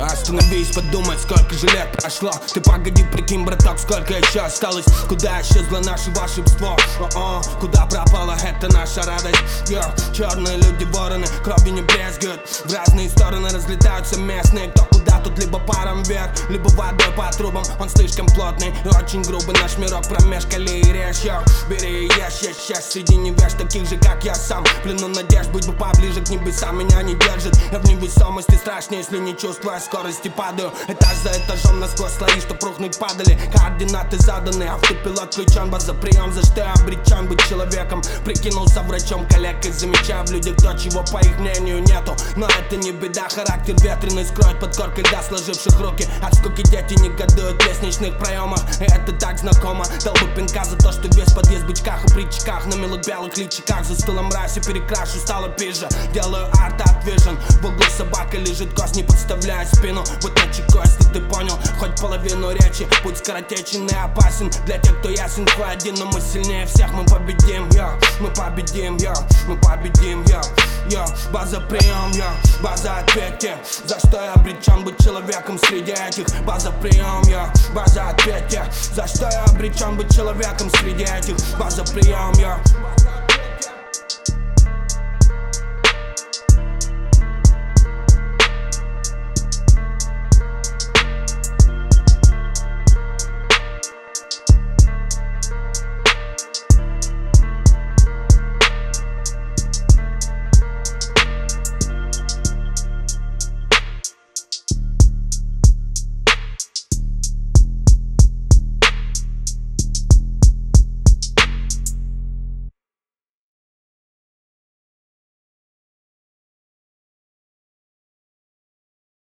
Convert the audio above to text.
Остановись, подумай, сколько же лет прошло. Ты погоди, прикинь, браток, сколько еще осталось. Куда исчезло наше волшебство? Куда пропала эта наша радость? Черные люди, вороны, кровью не брезгуют. В разные стороны разлетаются местные. Кто куда, тут либо паром вверх, либо водой по трубам. Он слишком плотный и очень грубый. Наш мирок промеж колеи режь. Бери и ешь, среди невеж, таких же, как я сам. В плену надежд, быть бы поближе к небесам. Меня не держит, я в невесомости. Страшнее, если не чувствую скорости, падаю этаж за этажом насквозь слои, чтоб рухнуть падали. Координаты заданы, автопилот включен, база-прием. За что я обречен быть человеком? Прикинулся врачом, коллегой, замечая в людях то, чего по их мнению нету. Но это не беда, характер ветреный скроет под коркой льда, сложивших руки. От скуки дети негодуют в лестничных проемах, и это так знакомо. Дал бы пинка за то, что весь подъезд в бычках и притчиках, на милых белых личиках. За стылом мрази перекрашу, стало пизже. Делаю арт от вижен, в углу собака лежит, кость не подставляя спину. Вот начеку, если ты понял хоть половину речи. Путь скоротечен и опасен для тех, кто ясен. Твой один, но мы сильнее всех, мы победим, мы победим, мы победим, База прием, база ответьте. За что я обречен быть человеком среди этих? База прием, база ответьте. За что я обречен быть человеком среди этих? База прием,